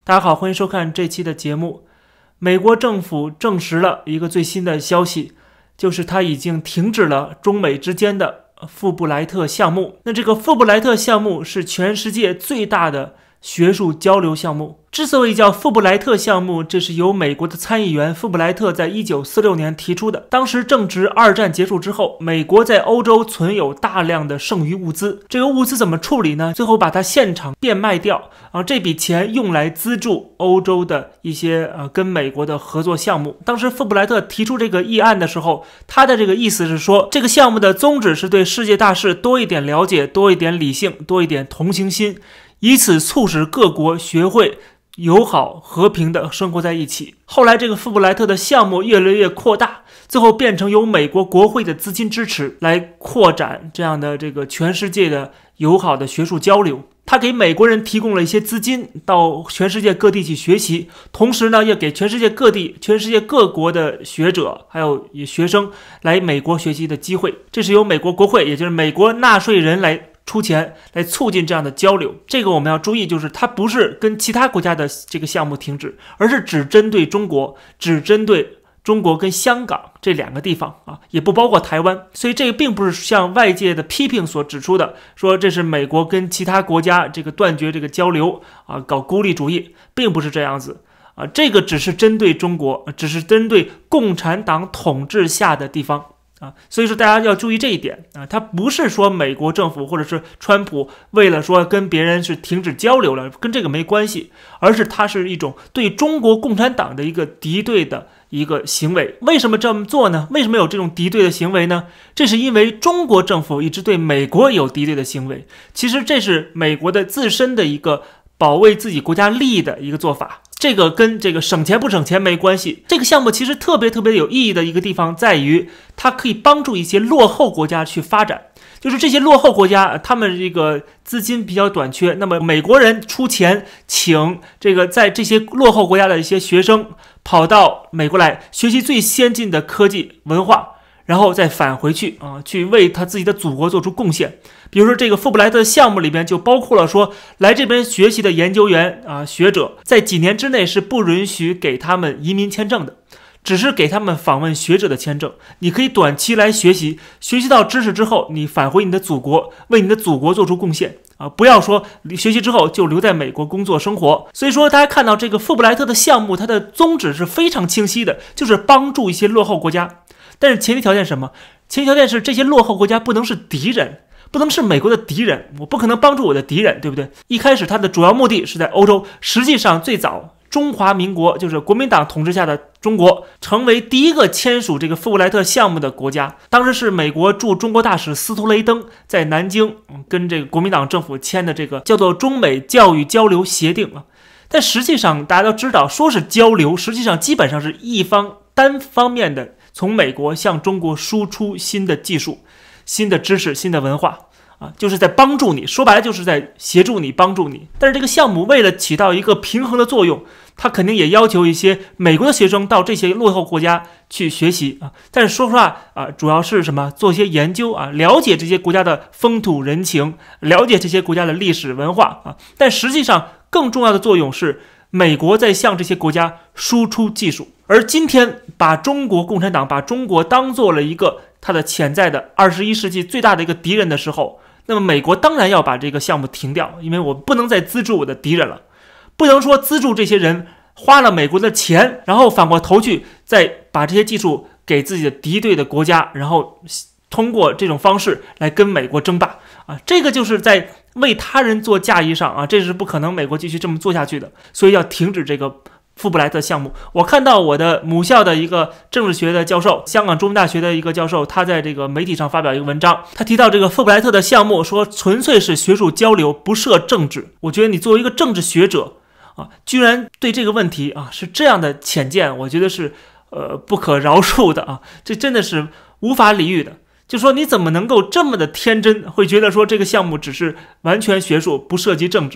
大家好，欢迎收看这期的节目。美国政府证实了一个最新的消息，就是它已经停止了中美之间的富布莱特项目。那这个富布莱特项目是全世界最大的学术交流项目。之所以叫富布莱特项目，这是由美国的参议员富布莱特在1946年提出的。当时正值二战结束之后，美国在欧洲存有大量的剩余物资，这个物资怎么处理呢？最后把它现场变卖掉，这笔钱用来资助欧洲的一些跟美国的合作项目。当时富布莱特提出这个议案的时候，他的这个意思是说，这个项目的宗旨是对世界大事多一点了解，多一点理性，多一点同情心，以此促使各国学会友好和平的生活在一起。后来这个富布莱特的项目越来越扩大，最后变成由美国国会的资金支持来扩展这样的这个全世界的友好的学术交流。他给美国人提供了一些资金到全世界各地去学习，同时呢也给全世界各国的学者还有学生来美国学习的机会。这是由美国国会，也就是美国纳税人来出钱来促进这样的交流。这个我们要注意，就是它不是跟其他国家的这个项目停止，而是只针对中国，只针对中国跟香港这两个地方也不包括台湾。所以这个并不是像外界的批评所指出的，说这是美国跟其他国家这个断绝这个交流搞孤立主义，并不是这样子这个只是针对中国，只是针对共产党统治下的地方。所以说大家要注意这一点它不是说美国政府或者是川普为了说跟别人是停止交流了，跟这个没关系，而是它是一种对中国共产党的一个敌对的一个行为。为什么这么做呢？为什么有这种敌对的行为呢？这是因为中国政府一直对美国有敌对的行为，其实这是美国的自身的一个保卫自己国家利益的一个做法。这个跟这个省钱不省钱没关系。这个项目其实特别有意义的一个地方在于，它可以帮助一些落后国家去发展。就是这些落后国家，他们这个资金比较短缺，那么美国人出钱请这个在这些落后国家的一些学生跑到美国来学习最先进的科技文化，然后再返回去去为他自己的祖国做出贡献。比如说这个富布莱特项目里边就包括了说，来这边学习的研究员学者在几年之内是不允许给他们移民签证的，只是给他们访问学者的签证。你可以短期来学习到知识之后，你返回你的祖国，为你的祖国做出贡献不要说学习之后就留在美国工作生活。所以说大家看到这个富布莱特的项目，它的宗旨是非常清晰的，就是帮助一些落后国家。但是前提条件是什么？前提条件是这些落后国家不能是敌人，不能是美国的敌人，我不可能帮助我的敌人，对不对？一开始它的主要目的是在欧洲，实际上最早中华民国就是国民党统治下的中国成为第一个签署这个富布莱特项目的国家。当时是美国驻中国大使斯图雷登在南京跟这个国民党政府签的这个叫做中美教育交流协定但实际上大家都知道，说是交流，实际上基本上是一方单方面的从美国向中国输出新的技术、新的知识、新的文化就是在帮助你，说白了就是在协助你、帮助你。但是这个项目为了起到一个平衡的作用，它肯定也要求一些美国的学生到这些落后国家去学习但是说实话主要是什么？做一些研究了解这些国家的风土人情，了解这些国家的历史文化但实际上更重要的作用是美国在向这些国家输出技术。而今天把中国共产党把中国当做了一个它的潜在的21世纪最大的一个敌人的时候，那么美国当然要把这个项目停掉，因为我不能再资助我的敌人了，不能说资助这些人花了美国的钱，然后反过头去再把这些技术给自己的敌对的国家，然后通过这种方式来跟美国争霸这个就是在为他人做嫁衣裳这是不可能美国继续这么做下去的，所以要停止这个富布莱特项目。我看到我的母校的一个政治学的教授，香港中文大学的一个教授，他在这个媒体上发表一个文章，他提到这个富布莱特的项目说纯粹是学术交流，不涉政治。我觉得你作为一个政治学者居然对这个问题是这样的浅见，我觉得是不可饶恕的这真的是无法理喻的。就说你怎么能够这么的天真，会觉得说这个项目只是完全学术，不涉及政治？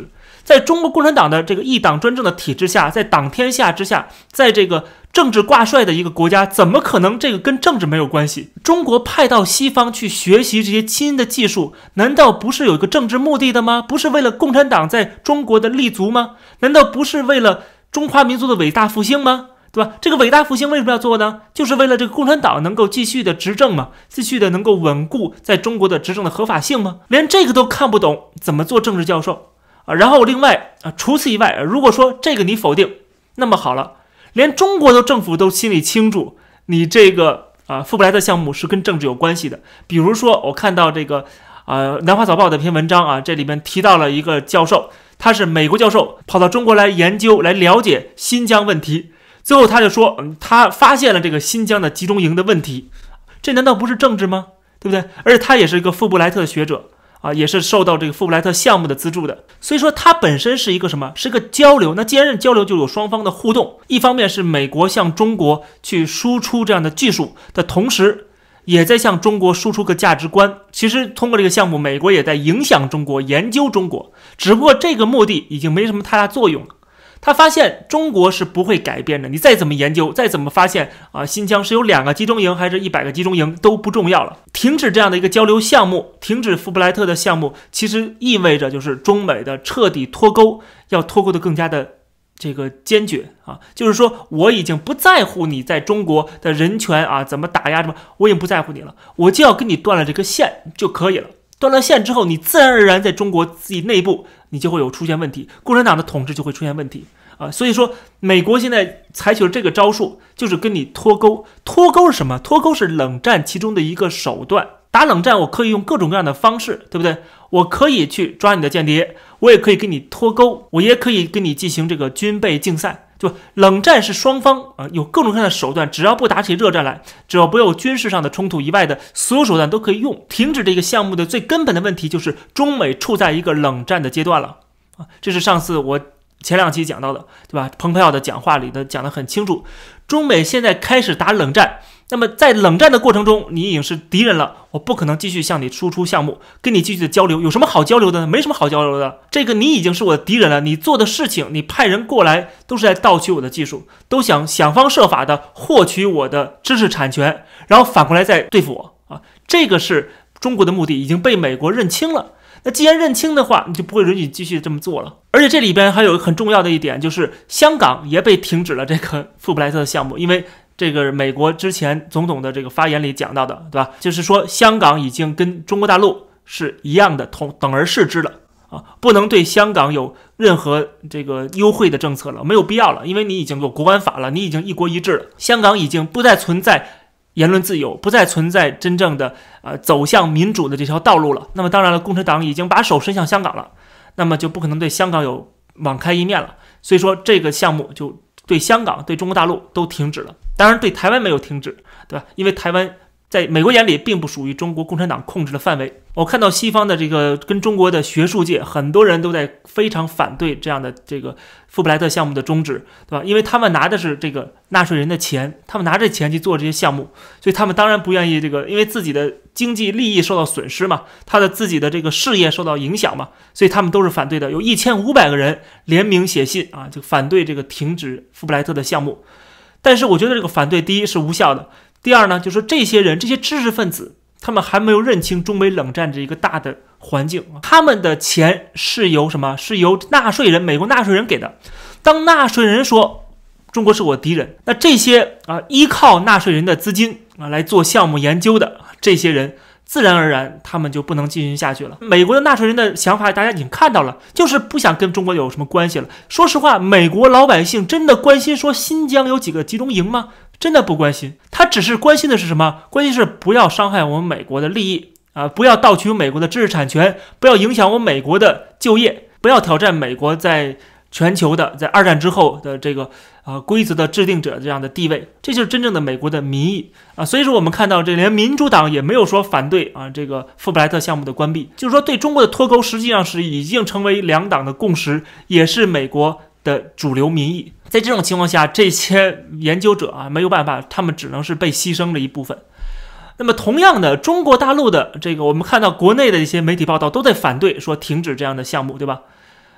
在中国共产党的这个一党专政的体制下，在党天下之下，在这个政治挂帅的一个国家，怎么可能这个跟政治没有关系？中国派到西方去学习这些新的技术，难道不是有一个政治目的的吗？不是为了共产党在中国的立足吗？难道不是为了中华民族的伟大复兴吗？对吧？这个伟大复兴为什么要做呢？就是为了这个共产党能够继续的执政嘛，继续的能够稳固在中国的执政的合法性吗？连这个都看不懂，怎么做政治教授啊？然后另外啊，除此以外，如果说这个你否定，那么好了，连中国的政府都心里清楚，你这个富布莱特项目是跟政治有关系的。比如说，我看到这个南华早报的一篇文章啊，这里面提到了一个教授，他是美国教授，跑到中国来研究、来了解新疆问题。最后他就说，他发现了这个新疆的集中营的问题，这难道不是政治吗？对不对？而且他也是一个富布莱特的学者啊，也是受到这个富布莱特项目的资助的。所以说他本身是一个什么？是个交流。那既然是交流，就有双方的互动。一方面是美国向中国去输出这样的技术的同时，也在向中国输出个价值观。其实通过这个项目，美国也在影响中国，研究中国，只不过这个目的已经没什么太大作用了。他发现中国是不会改变的，你再怎么研究，再怎么发现新疆是有2个集中营还是100个集中营都不重要了。停止这样的一个交流项目，停止富布莱特的项目，其实意味着就是中美的彻底脱钩，要脱钩的更加的这个坚决啊，就是说我已经不在乎你在中国的人权怎么打压什么，我已经不在乎你了，我就要跟你断了这个线就可以了。断了线之后，你自然而然在中国自己内部你就会有出现问题，共产党的统治就会出现问题所以说美国现在采取了这个招数，就是跟你脱钩。脱钩是什么？脱钩是冷战其中的一个手段。打冷战我可以用各种各样的方式，对不对？我可以去抓你的间谍，我也可以跟你脱钩，我也可以跟你进行这个军备竞赛。就冷战是双方有各种各样的手段，只要不打起热战来，只要不有军事上的冲突以外的所有手段都可以用。停止这个项目的最根本的问题就是中美处在一个冷战的阶段了这是上次我前2期讲到的，对吧？蓬佩奥的讲话里的讲得很清楚，中美现在开始打冷战。那么在冷战的过程中，你已经是敌人了，我不可能继续向你输出项目，跟你继续的交流。有什么好交流的呢？没什么好交流的。这个你已经是我的敌人了，你做的事情，你派人过来都是在盗取我的技术，都想方设法的获取我的知识产权，然后反过来再对付我这个是中国的目的，已经被美国认清了。那既然认清的话，你就不会允许继续这么做了。而且这里边还有很重要的一点，就是香港也被停止了这个富布莱特的项目，因为这个美国之前总统的这个发言里讲到的，对吧？就是说香港已经跟中国大陆是一样的，等而视之了不能对香港有任何这个优惠的政策了，没有必要了，因为你已经有国安法了，你已经一国一制了，香港已经不再存在言论自由，不再存在真正的走向民主的这条道路了。那么当然了，共产党已经把手伸向香港了，那么就不可能对香港有网开一面了。所以说这个项目就对香港、对中国大陆都停止了。当然对台湾没有停止，对吧？因为台湾在美国眼里并不属于中国共产党控制的范围。我看到西方的这个跟中国的学术界，很多人都在非常反对这样的这个富布莱特项目的终止，对吧？因为他们拿的是这个纳税人的钱，他们拿着钱去做这些项目，所以他们当然不愿意这个，因为自己的经济利益受到损失嘛，他的自己的这个事业受到影响嘛，所以他们都是反对的。有1500个人联名写信就反对这个停止富布莱特的项目。但是我觉得这个反对，第一是无效的，第二呢，就是这些人，这些知识分子，他们还没有认清中美冷战这一个大的环境，他们的钱是由什么？是由纳税人，美国纳税人给的。当纳税人说中国是我敌人，那这些依靠纳税人的资金来做项目研究的这些人，自然而然他们就不能进行下去了。美国的纳税人的想法大家已经看到了，就是不想跟中国有什么关系了。说实话，美国老百姓真的关心说新疆有几个集中营吗？真的不关心，他只是关心的是什么？关心是不要伤害我们美国的利益不要盗取美国的知识产权，不要影响我美国的就业，不要挑战美国在全球的在2战之后的这个规则的制定者这样的地位。这就是真正的美国的民意所以说我们看到这连民主党也没有说反对这个富布莱特项目的关闭，就是说对中国的脱钩实际上是已经成为2党的共识，也是美国的主流民意。在这种情况下，这些研究者没有办法，他们只能是被牺牲的一部分。那么同样的，中国大陆的这个我们看到国内的一些媒体报道都在反对说停止这样的项目，对吧？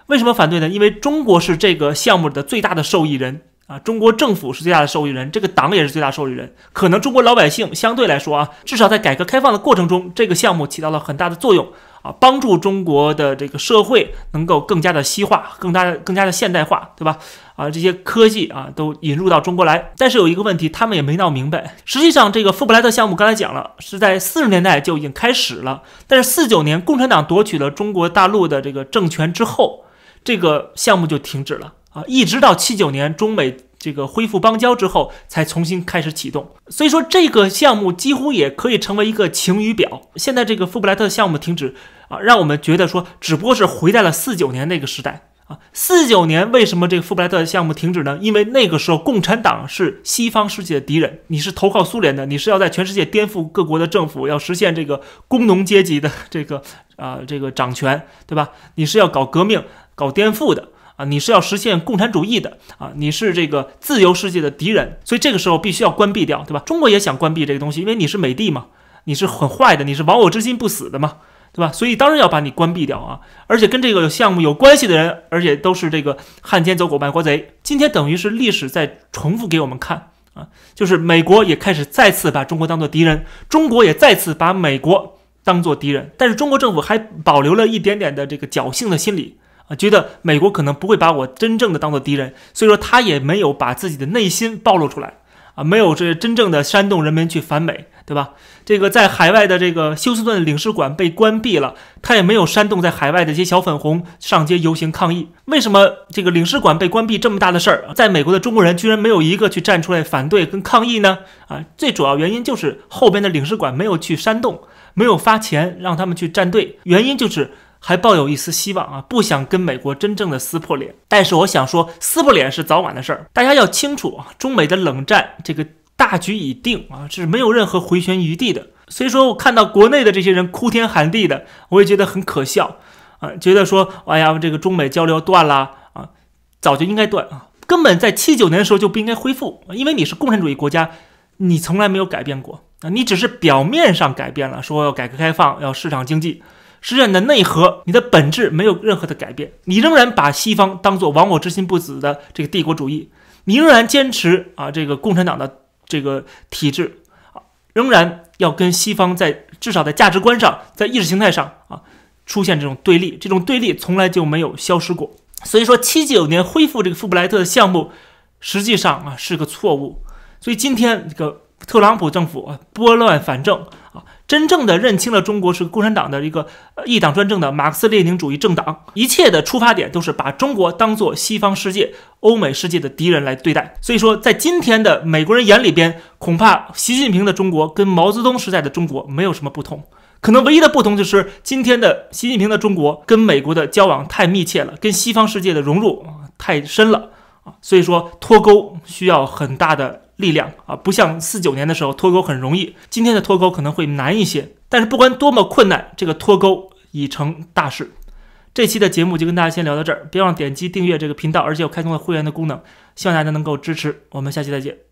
为什么反对呢？因为中国是这个项目的最大的受益人啊，中国政府是最大的受益人，这个党也是最大受益人。可能中国老百姓相对来说啊，至少在改革开放的过程中，这个项目起到了很大的作用啊，帮助中国的这个社会能够更加的西化，更加的现代化，对吧？啊，这些科技啊都引入到中国来。但是有一个问题，他们也没闹明白。实际上，这个富布莱特项目刚才讲了，是在40年代就已经开始了，但是49年共产党夺取了中国大陆的这个政权之后，这个项目就停止了啊，一直到79年中美这个恢复邦交之后，才重新开始启动。所以说，这个项目几乎也可以成为一个晴雨表。现在这个富布莱特项目停止啊，让我们觉得说，只不过是回到了49年那个时代。49年为什么这个富布莱特项目停止呢？因为那个时候共产党是西方世界的敌人，你是投靠苏联的，你是要在全世界颠覆各国的政府，要实现这个工农阶级的这个掌权，对吧？你是要搞革命、搞颠覆的啊，你是要实现共产主义的啊，你是这个自由世界的敌人，所以这个时候必须要关闭掉，对吧？中国也想关闭这个东西，因为你是美帝嘛，你是很坏的，你是亡我之心不死的嘛。对吧？所以当然要把你关闭掉啊！而且跟这个项目有关系的人，而且都是这个汉奸走狗卖国贼。今天等于是历史在重复给我们看啊，就是美国也开始再次把中国当作敌人，中国也再次把美国当作敌人。但是中国政府还保留了一点点的这个侥幸的心理啊，觉得美国可能不会把我真正的当作敌人，所以说他也没有把自己的内心暴露出来啊，没有这真正的煽动人民去反美。对吧？这个在海外的这个休斯顿领事馆被关闭了，他也没有煽动在海外的这些小粉红上街游行抗议。为什么这个领事馆被关闭这么大的事儿，在美国的中国人居然没有一个去站出来反对跟抗议呢？啊，最主要原因就是后边的领事馆没有去煽动，没有发钱让他们去站队，原因就是还抱有一丝希望啊，不想跟美国真正的撕破脸。但是我想说，撕破脸是早晚的事儿，大家要清楚啊，中美的冷战这个大局已定啊，是没有任何回旋余地的。所以说我看到国内的这些人哭天喊地的，我也觉得很可笑啊，觉得说哎呀，这个中美交流断了啊，早就应该断啊，根本在79年的时候就不应该恢复，因为你是共产主义国家，你从来没有改变过啊，你只是表面上改变了，说要改革开放，要市场经济，实际上你的内核、你的本质没有任何的改变，你仍然把西方当作亡我之心不死的这个帝国主义，你仍然坚持啊这个共产党的这个体制啊，仍然要跟西方至少在价值观上，在意识形态上啊出现这种对立，这种对立从来就没有消失过。所以说79年恢复这个富布莱特的项目，实际上啊是个错误。所以今天这个特朗普政府啊拨乱反正啊，真正的认清了中国是共产党的一个一党专政的马克思列宁主义政党，一切的出发点都是把中国当作西方世界、欧美世界的敌人来对待。所以说，在今天的美国人眼里边，恐怕习近平的中国跟毛泽东时代的中国没有什么不同，可能唯一的不同就是今天的习近平的中国跟美国的交往太密切了，跟西方世界的融入太深了啊，所以说脱钩需要很大的力量啊，不像49年的时候脱钩很容易，今天的脱钩可能会难一些。但是不管多么困难，这个脱钩已成大事。这期的节目就跟大家先聊到这儿，别忘了点击订阅这个频道，而且有开通了会员的功能，希望大家能够支持。我们下期再见。